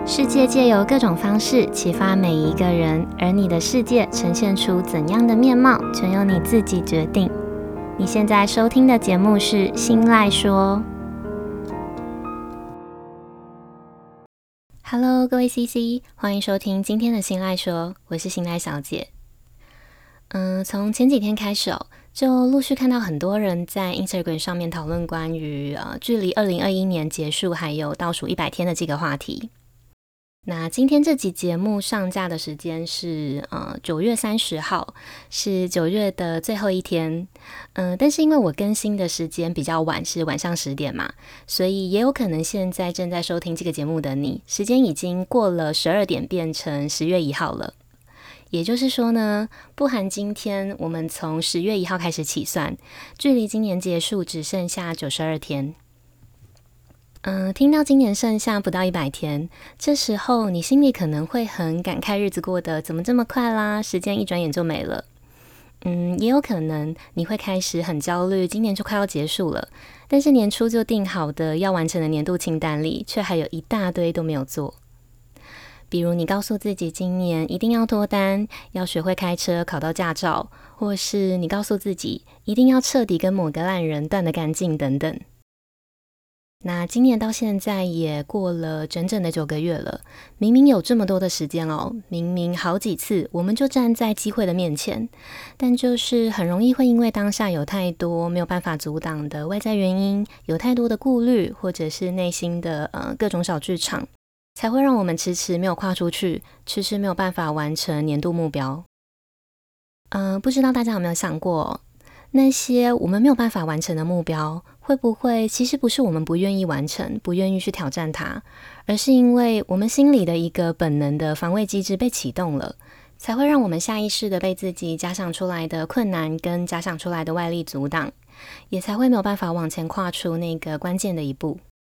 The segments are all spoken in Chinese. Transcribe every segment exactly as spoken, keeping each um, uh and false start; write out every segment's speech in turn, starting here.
世界借由各种方式启发每一个人，而你的世界呈现出怎样的面貌，全由你自己决定。你现在收听的节目是《心赖说》。Hello， 各位 C C， 欢迎收听今天的《心赖说》，我是心赖小姐。嗯，从前几天开始哦，就陆续看到很多人在 Instagram 上面讨论关于呃距离二零二一年结束还有倒数一百天的这个话题。那今天这集节目上架的时间是呃九月三十号，是九月的最后一天。嗯、呃，但是因为我更新的时间比较晚，是晚上十点嘛，所以也有可能现在正在收听这个节目的你，时间已经过了十二点，变成十月一号了。也就是说呢，不含今天，我们从十月一号开始起算，距离今年结束只剩下九十二天。嗯、呃，听到今年剩下不到一百天，这时候你心里可能会很感慨，日子过得怎么这么快啦，时间一转眼就没了。嗯，也有可能你会开始很焦虑，今年就快要结束了，但是年初就定好的要完成的年度清单里，却还有一大堆都没有做。比如你告诉自己今年一定要脱单，要学会开车，考到驾照，或是你告诉自己一定要彻底跟某个烂人断得干净等等。那今年到现在也过了整整的九个月了，明明有这么多的时间哦，明明好几次我们就站在机会的面前，但就是很容易会因为当下有太多没有办法阻挡的外在原因，有太多的顾虑，或者是内心的呃各种小剧场，才会让我们迟迟没有跨出去，迟迟没有办法完成年度目标。呃，不知道大家有没有想过，那些我们没有办法完成的目标，会不会其实不是我们不愿意完成，不愿意去挑战它，而是因为我们心里的一个本能的防卫机制被启动了，才会让我们下意识的被自己假想出来的困难跟假想出来的外力阻挡，也才会没有办法往前跨出那个关键的一步。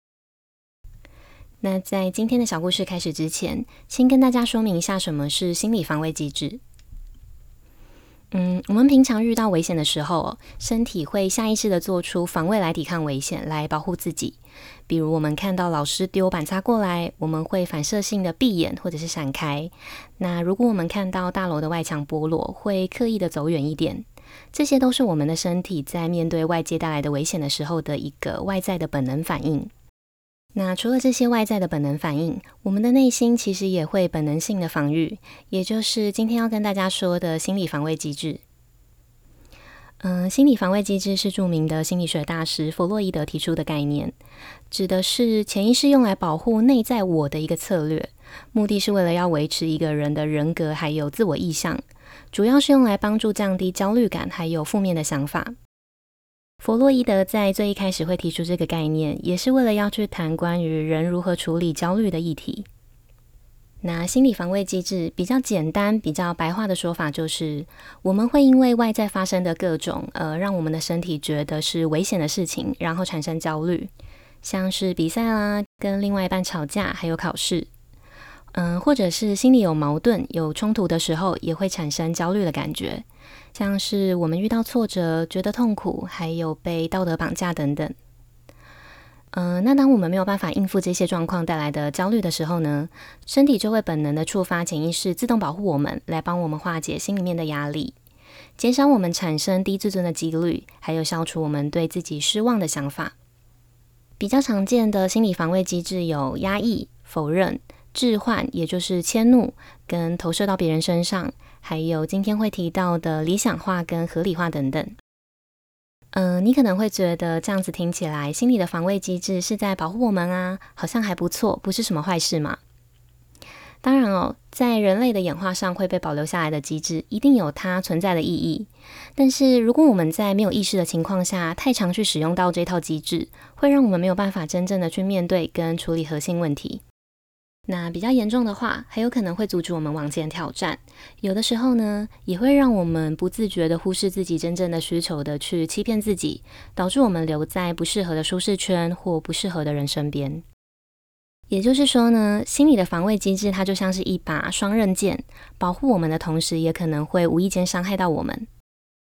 那在今天的小故事开始之前，先跟大家说明一下什么是心理防卫机制。嗯，我们平常遇到危险的时候，身体会下意识的做出防卫来抵抗危险，来保护自己。比如我们看到老师丢板擦过来，我们会反射性的闭眼或者是闪开。那如果我们看到大楼的外墙剥落，会刻意的走远一点。这些都是我们的身体在面对外界带来的危险的时候的一个外在的本能反应。那除了这些外在的本能反应，我们的内心其实也会本能性的防御，也就是今天要跟大家说的心理防卫机制。嗯，心理防卫机制是著名的心理学大师弗洛伊德提出的概念，指的是潜意识用来保护内在我的一个策略，目的是为了要维持一个人的人格还有自我意向，主要是用来帮助降低焦虑感还有负面的想法。弗洛伊德在最一开始会提出这个概念，也是为了要去谈关于人如何处理焦虑的议题。那心理防卫机制比较简单比较白话的说法就是，我们会因为外在发生的各种呃，让我们的身体觉得是危险的事情，然后产生焦虑，像是比赛啦，跟另外一半吵架，还有考试。嗯，或者是心里有矛盾有冲突的时候，也会产生焦虑的感觉，像是我们遇到挫折觉得痛苦，还有被道德绑架等等。嗯，那当我们没有办法应付这些状况带来的焦虑的时候呢，身体就会本能的触发潜意识自动保护我们，来帮我们化解心里面的压力，减少我们产生低自尊的几率，还有消除我们对自己失望的想法。比较常见的心理防卫机制有压抑、否认、置换，也就是迁怒跟投射到别人身上，还有今天会提到的理想化跟合理化等等。嗯、呃，你可能会觉得这样子听起来，心理的防卫机制是在保护我们啊，好像还不错，不是什么坏事嘛。当然哦，在人类的演化上会被保留下来的机制，一定有它存在的意义。但是如果我们在没有意识的情况下，太常去使用到这套机制，会让我们没有办法真正的去面对跟处理核心问题。那比较严重的话，还有可能会阻止我们往前挑战，有的时候呢，也会让我们不自觉的忽视自己真正的需求的去欺骗自己，导致我们留在不适合的舒适圈或不适合的人身边。也就是说呢，心理的防卫机制它就像是一把双刃剑，保护我们的同时，也可能会无意间伤害到我们。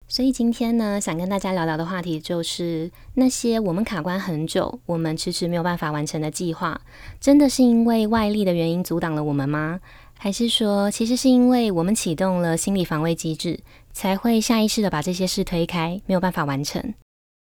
所以今天呢，想跟大家聊聊的话题就是那些我们卡关很久，我们迟迟没有办法完成的计划，真的是因为外力的原因阻挡了我们吗？还是说，其实是因为我们启动了心理防卫机制，才会下意识的把这些事推开，没有办法完成？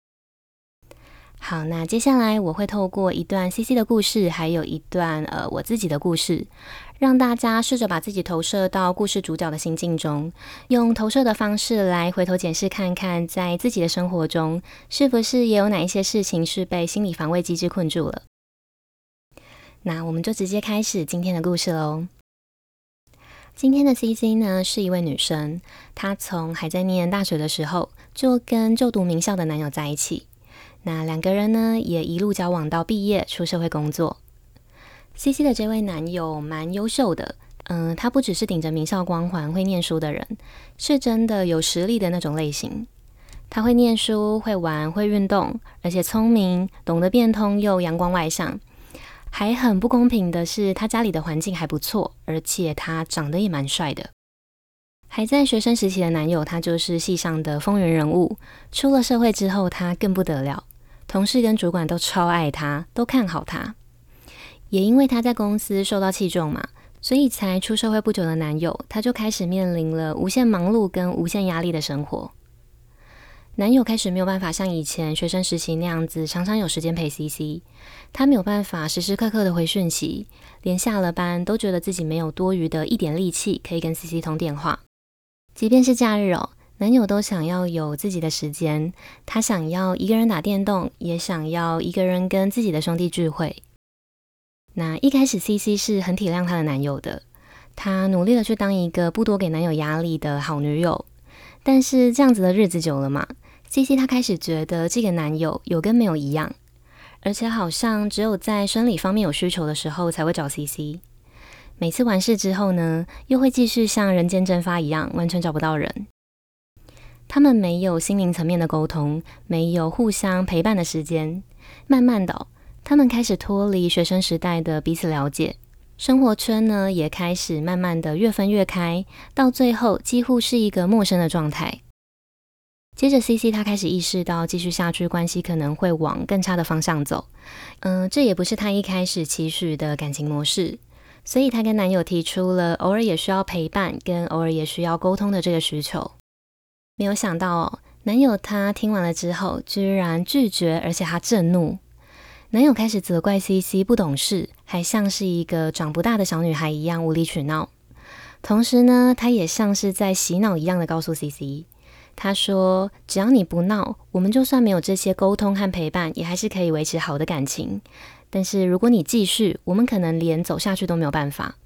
好，那接下来我会透过一段 C C 的故事，还有一段呃我自己的故事，让大家试着把自己投射到故事主角的心境中，用投射的方式来回头检视看看，在自己的生活中，是不是也有哪一些事情是被心理防卫机制困住了。那我们就直接开始今天的故事咯。今天的 C C 呢，是一位女生，她从还在念大学的时候，就跟就读名校的男友在一起。那两个人呢，也一路交往到毕业出社会工作。C C 的这位男友蛮优秀的，嗯、呃，他不只是顶着名校光环会念书的人，是真的有实力的那种类型。他会念书，会玩，会运动，而且聪明，懂得变通，又阳光外向。还很不公平的是，他家里的环境还不错，而且他长得也蛮帅的。还在学生时期的男友，他就是系上的风云人物，出了社会之后，他更不得了。同事跟主管都超爱他，都看好他。也因为他在公司受到器重嘛，所以才出社会不久的男友，他就开始面临了无限忙碌跟无限压力的生活。男友开始没有办法像以前学生时期那样子，常常有时间陪 C C。他没有办法时时刻刻的回讯息，连下了班都觉得自己没有多余的一点力气可以跟 C C 通电话。即便是假日哦，男友都想要有自己的时间，他想要一个人打电动，也想要一个人跟自己的兄弟聚会。那一开始 C C 是很体谅她的男友的，她努力的去当一个不多给男友压力的好女友。但是这样子的日子久了嘛， C C 她开始觉得这个男友有跟没有一样，而且好像只有在生理方面有需求的时候才会找 C C。每次完事之后呢，又会继续像人间蒸发一样，完全找不到人。他们没有心灵层面的沟通，没有互相陪伴的时间。慢慢的、哦，他们开始脱离学生时代的彼此了解，生活圈呢也开始慢慢的越分越开，到最后几乎是一个陌生的状态。接着 C C 她开始意识到继续下去关系可能会往更差的方向走，嗯、呃，这也不是她一开始期许的感情模式。所以她跟男友提出了偶尔也需要陪伴跟偶尔也需要沟通的这个需求。没有想到哦，男友他听完了之后居然拒绝，而且他震怒。男友开始责怪 C C 不懂事，还像是一个长不大的小女孩一样无理取闹。同时呢，他也像是在洗脑一样的告诉 C C， 他说只要你不闹，我们就算没有这些沟通和陪伴，也还是可以维持好的感情。但是如果你继续，我们可能连走下去都没有办法。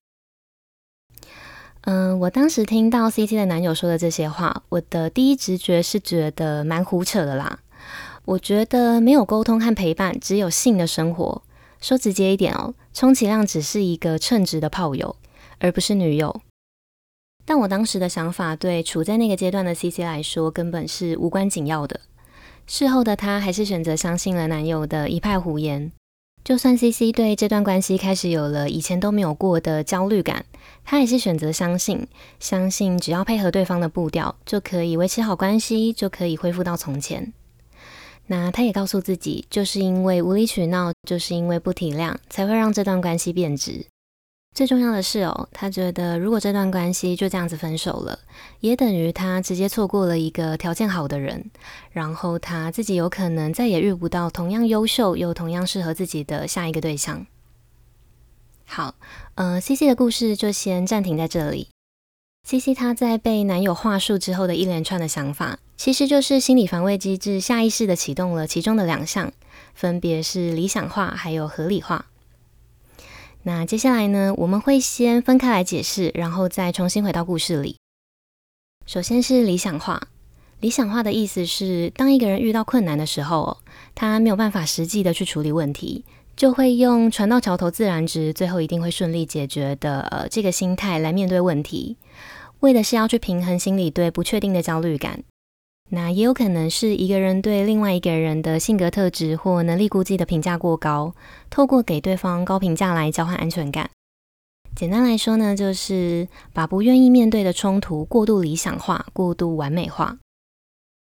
嗯，我当时听到 C C 的男友说的这些话，我的第一直觉是觉得蛮胡扯的啦。我觉得没有沟通和陪伴，只有性的生活，说直接一点哦，充其量只是一个称职的炮友，而不是女友。但我当时的想法对处在那个阶段的 C C 来说根本是无关紧要的。事后的她还是选择相信了男友的一派胡言。就算 C C 对这段关系开始有了以前都没有过的焦虑感，她还是选择相信，相信只要配合对方的步调，就可以维持好关系，就可以恢复到从前。那她也告诉自己，就是因为无理取闹，就是因为不体谅，才会让这段关系变质。最重要的是哦，她觉得如果这段关系就这样子分手了，也等于她直接错过了一个条件好的人，然后她自己有可能再也遇不到同样优秀又同样适合自己的下一个对象。好，呃 C C 的故事就先暂停在这里。C C 她在被男友话术之后的一连串的想法，其实就是心理防卫机制下意识的启动了其中的两项，分别是理想化还有合理化。那接下来呢，我们会先分开来解释，然后再重新回到故事里。首先是理想化。理想化的意思是，当一个人遇到困难的时候，他没有办法实际的去处理问题，就会用船到桥头自然直，最后一定会顺利解决的呃这个心态来面对问题，为的是要去平衡心里对不确定的焦虑感。那也有可能是一个人对另外一个人的性格特质或能力估计的评价过高，透过给对方高评价来交换安全感。简单来说呢，就是把不愿意面对的冲突过度理想化、过度完美化。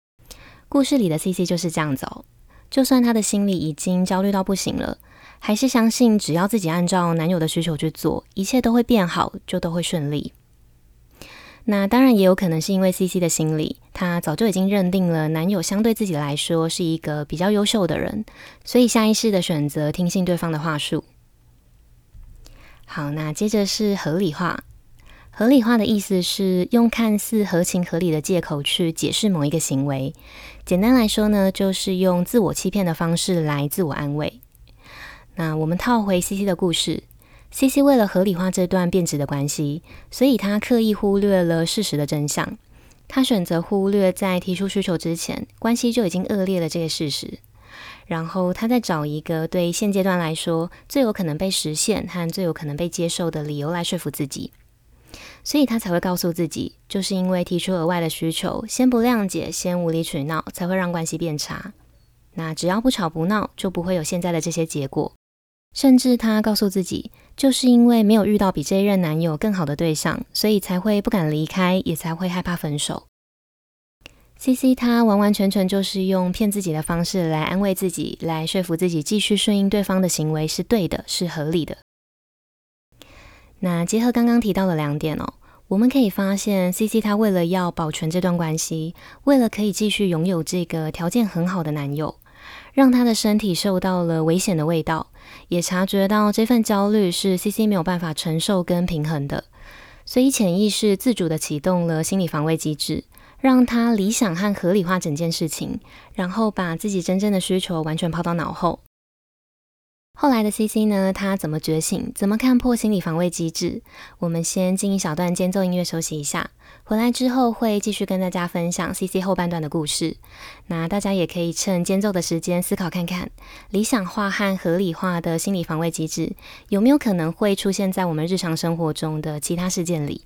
故事里的 C C 就是这样子哦，就算她的心里已经焦虑到不行了，还是相信只要自己按照男友的需求去做，一切都会变好，就都会顺利。那当然也有可能是因为 C C 的心理，她早就已经认定了男友相对自己来说是一个比较优秀的人，所以下意识的选择听信对方的话术。好，那接着是合理化。合理化的意思是用看似合情合理的借口去解释某一个行为。简单来说呢，就是用自我欺骗的方式来自我安慰。那我们套回 C C 的故事， C C 为了合理化这段变质的关系，所以他刻意忽略了事实的真相。他选择忽略在提出需求之前，关系就已经恶劣了这个事实。然后他再找一个对现阶段来说最有可能被实现和最有可能被接受的理由来说服自己。所以他才会告诉自己，就是因为提出额外的需求，先不谅解，先无理取闹，才会让关系变差。那只要不吵不闹，就不会有现在的这些结果。甚至他告诉自己，就是因为没有遇到比这一任男友更好的对象，所以才会不敢离开，也才会害怕分手。C C 他完完全全就是用骗自己的方式来安慰自己，来说服自己继续顺应对方的行为是对的，是合理的。那结合刚刚提到的两点哦，我们可以发现 C C 他为了要保全这段关系，为了可以继续拥有这个条件很好的男友，让他的身体受到了危险的味道，也察觉到这份焦虑是 C C 没有办法承受跟平衡的，所以潜意识自主的启动了心理防卫机制，让他理想和合理化整件事情，然后把自己真正的需求完全抛到脑后。后来的 C C 呢，他怎么觉醒，怎么看破心理防卫机制？我们先进一小段间奏音乐休息一下，回来之后会继续跟大家分享 C C 后半段的故事。那大家也可以趁间奏的时间思考看看，理想化和合理化的心理防卫机制有没有可能会出现在我们日常生活中的其他事件里。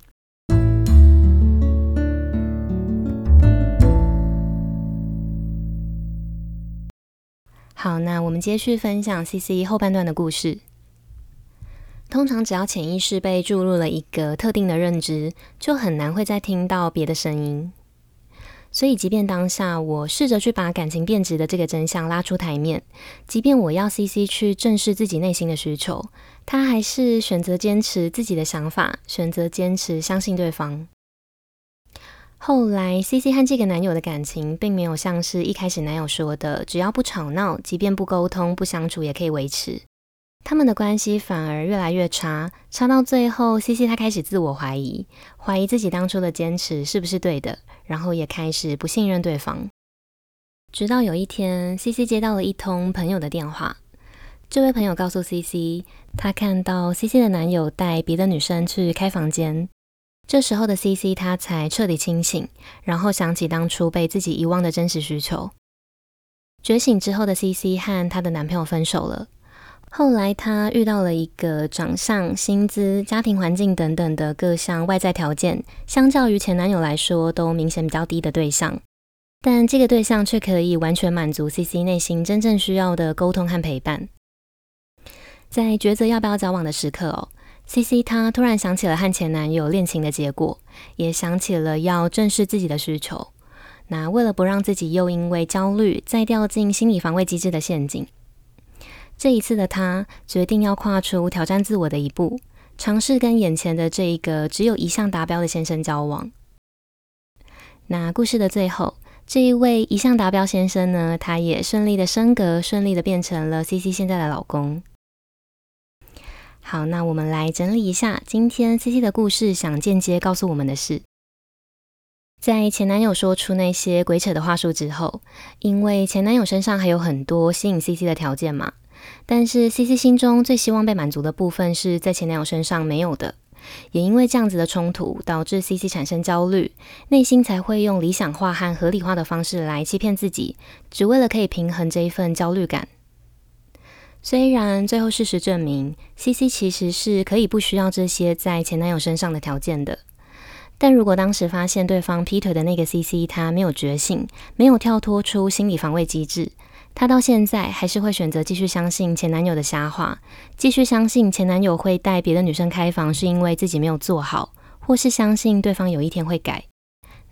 好，那我们接续分享 C C 后半段的故事。通常只要潜意识被注入了一个特定的认知，就很难会再听到别的声音。所以即便当下我试着去把感情变质的这个真相拉出台面，即便我要 C C 去正视自己内心的需求，他还是选择坚持自己的想法，选择坚持相信对方。后来 C C 和这个男友的感情并没有像是一开始男友说的，只要不吵闹，即便不沟通不相处也可以维持。他们的关系反而越来越差，差到最后 C C 他开始自我怀疑，怀疑自己当初的坚持是不是对的，然后也开始不信任对方。直到有一天 C C 接到了一通朋友的电话，这位朋友告诉 C C， 他看到 C C 的男友带别的女生去开房间。这时候的 C C 他才彻底清醒，然后想起当初被自己遗忘的真实需求。觉醒之后的 C C 和她的男朋友分手了。后来她遇到了一个长相、薪资、家庭环境等等的各项外在条件，相较于前男友来说都明显比较低的对象，但这个对象却可以完全满足 C C 内心真正需要的沟通和陪伴。在抉择要不要交往的时刻哦，C C 她突然想起了和前男友恋情的结果，也想起了要正视自己的需求。那为了不让自己又因为焦虑再掉进心理防卫机制的陷阱，这一次的她决定要跨出挑战自我的一步，尝试跟眼前的这一个只有一项达标的先生交往。那故事的最后，这一位一项达标先生呢，他也顺利的升格，顺利的变成了 C C 现在的老公。好，那我们来整理一下今天 C C 的故事想间接告诉我们的事。在前男友说出那些鬼扯的话术之后，因为前男友身上还有很多吸引 C C 的条件嘛，但是 C C 心中最希望被满足的部分是在前男友身上没有的，也因为这样子的冲突导致 C C 产生焦虑，内心才会用理想化和合理化的方式来欺骗自己，只为了可以平衡这一份焦虑感。虽然最后事实证明 C C 其实是可以不需要这些在前男友身上的条件的，但如果当时发现对方劈腿的那个 C C 他没有觉醒，没有跳脱出心理防卫机制，他到现在还是会选择继续相信前男友的瞎话，继续相信前男友会带别的女生开房是因为自己没有做好，或是相信对方有一天会改。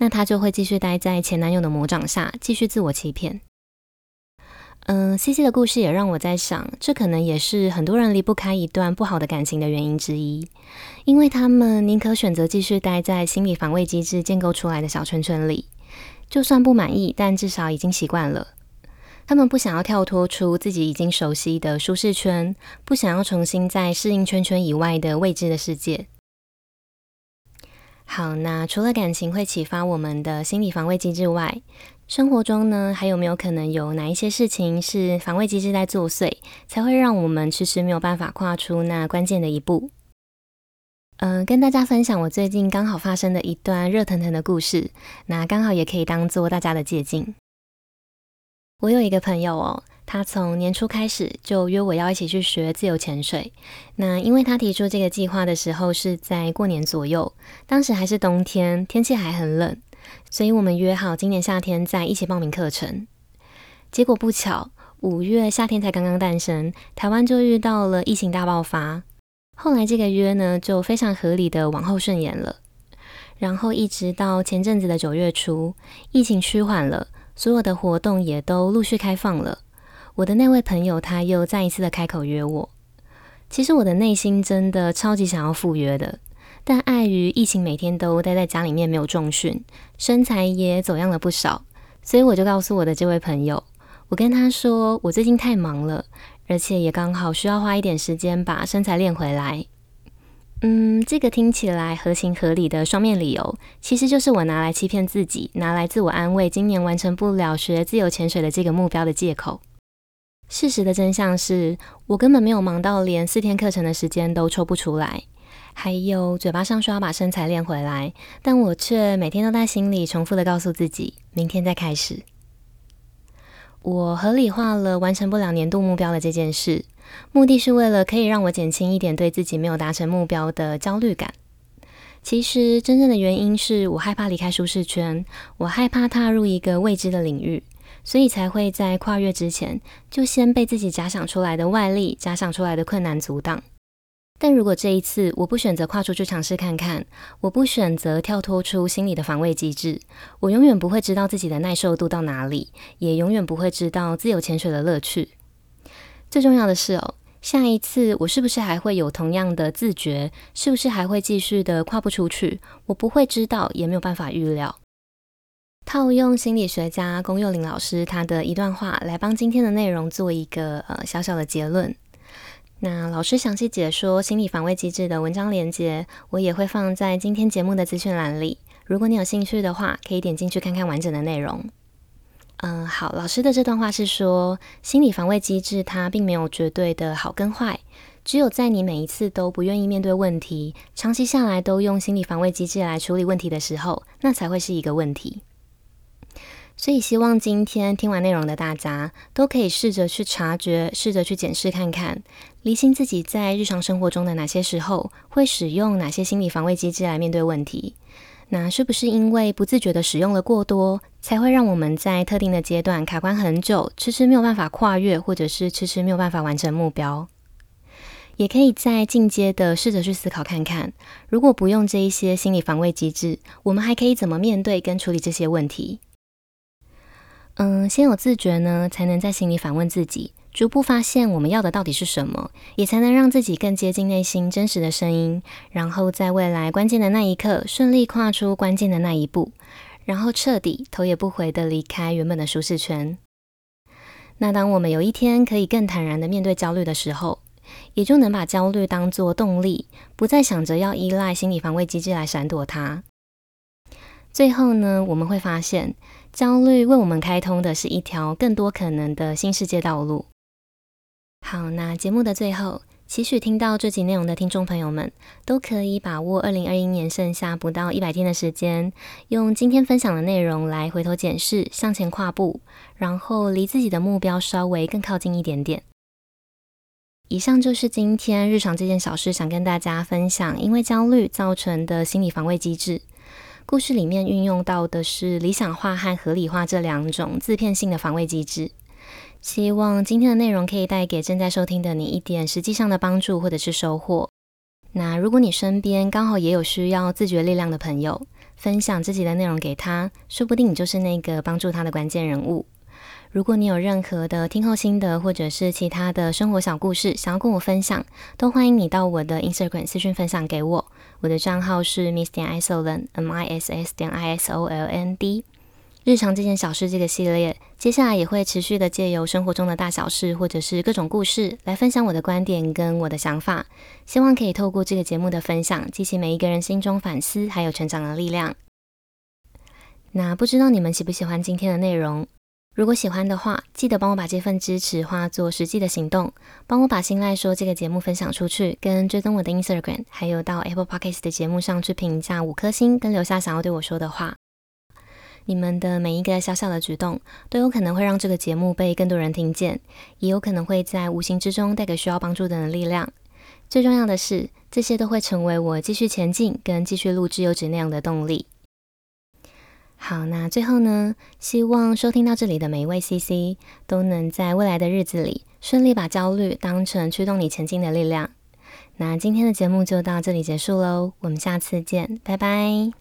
那她就会继续待在前男友的魔掌下，继续自我欺骗。嗯 ，C C 的故事也让我在想，这可能也是很多人离不开一段不好的感情的原因之一，因为他们宁可选择继续待在心理防卫机制建构出来的小圈圈里，就算不满意，但至少已经习惯了。他们不想要跳脱出自己已经熟悉的舒适圈，不想要重新在适应圈圈以外的未知的世界。好，那除了感情会启发我们的心理防卫机制外，生活中呢，还有没有可能有哪一些事情是防卫机制在作祟，才会让我们迟迟没有办法跨出那关键的一步？嗯、呃，跟大家分享我最近刚好发生的一段热腾腾的故事，那刚好也可以当做大家的借鉴。我有一个朋友哦，他从年初开始就约我要一起去学自由潜水。那因为他提出这个计划的时候是在过年左右，当时还是冬天，天气还很冷，所以我们约好今年夏天再一起报名课程。结果不巧，五月夏天才刚刚诞生，台湾就遇到了疫情大爆发。后来这个约呢，就非常合理的往后顺延了。然后一直到前阵子的九月初，疫情趋缓了，所有的活动也都陆续开放了。我的那位朋友他又再一次的开口约我。其实我的内心真的超级想要赴约的，但碍于疫情每天都待在家里面没有重训，身材也走样了不少，所以我就告诉我的这位朋友，我跟他说我最近太忙了，而且也刚好需要花一点时间把身材练回来。嗯，这个听起来合情合理的双面理由，其实就是我拿来欺骗自己，拿来自我安慰今年完成不了学自由潜水的这个目标的借口。事实的真相是，我根本没有忙到连四天课程的时间都抽不出来，还有嘴巴上说要把身材练回来，但我却每天都在心里重复的告诉自己，明天再开始。我合理化了完成不了年度目标的这件事，目的是为了可以让我减轻一点对自己没有达成目标的焦虑感。其实真正的原因是我害怕离开舒适圈，我害怕踏入一个未知的领域，所以才会在跨越之前就先被自己假想出来的外力、假想出来的困难阻挡。但如果这一次我不选择跨出去尝试看看，我不选择跳脱出心理的防卫机制，我永远不会知道自己的耐受度到哪里，也永远不会知道自由潜水的乐趣。最重要的是哦，下一次我是不是还会有同样的自觉，是不是还会继续的跨不出去，我不会知道，也没有办法预料。套用心理学家龚佑林老师他的一段话来帮今天的内容做一个呃小小的结论。那老师详细解说心理防卫机制的文章连结，我也会放在今天节目的资讯栏里。如果你有兴趣的话，可以点进去看看完整的内容。嗯，好，老师的这段话是说，心理防卫机制它并没有绝对的好跟坏，只有在你每一次都不愿意面对问题，长期下来都用心理防卫机制来处理问题的时候，那才会是一个问题。所以希望今天听完内容的大家都可以试着去察觉，试着去检视看看，厘清自己在日常生活中的哪些时候会使用哪些心理防卫机制来面对问题。那是不是因为不自觉的使用了过多，才会让我们在特定的阶段卡关很久，迟迟没有办法跨越，或者是迟迟没有办法完成目标？也可以再进阶的试着去思考看看，如果不用这一些心理防卫机制，我们还可以怎么面对跟处理这些问题？嗯，先有自觉呢，才能在心里反问自己，逐步发现我们要的到底是什么，也才能让自己更接近内心真实的声音，然后在未来关键的那一刻顺利跨出关键的那一步，然后彻底头也不回的离开原本的舒适圈。那当我们有一天可以更坦然的面对焦虑的时候，也就能把焦虑当作动力，不再想着要依赖心理防卫机制来闪躲它。最后呢，我们会发现焦虑为我们开通的是一条更多可能的新世界道路。好，那节目的最后，期许听到这集内容的听众朋友们都可以把握二零二一年剩下不到一百天的时间，用今天分享的内容来回头检视，向前跨步，然后离自己的目标稍微更靠近一点点。以上就是今天日常这件小事想跟大家分享因为焦虑造成的心理防卫机制。故事里面运用到的是理想化和合理化这两种自骗性的防卫机制。希望今天的内容可以带给正在收听的你一点实际上的帮助或者是收获。那如果你身边刚好也有需要自觉力量的朋友， 分享自己的内容给他，说不定你就是那个帮助他的关键人物。如果你有任何的听后心得，或者是其他的生活小故事想要跟我分享，都欢迎你到我的 Instagram 私讯分享给我。我的账号是 miss 点 isoland m i s s 点 i s o l n d。 日常这件小事这个系列，接下来也会持续的借由生活中的大小事，或者是各种故事，来分享我的观点跟我的想法。希望可以透过这个节目的分享，激起每一个人心中反思还有成长的力量。那不知道你们喜不喜欢今天的内容？如果喜欢的话，记得帮我把这份支持化作实际的行动，帮我把新赖说这个节目分享出去，跟追踪我的 Instagram， 还有到 Apple Podcast 的节目上去评价五颗星，跟留下想要对我说的话。你们的每一个小小的举动，都有可能会让这个节目被更多人听见，也有可能会在无形之中带给需要帮助的人力量。最重要的是，这些都会成为我继续前进跟继续录制优质内容的动力。好，那最后呢，希望收听到这里的每一位 C C 都能在未来的日子里顺利把焦虑当成驱动你前进的力量。那今天的节目就到这里结束喽，我们下次见，拜拜。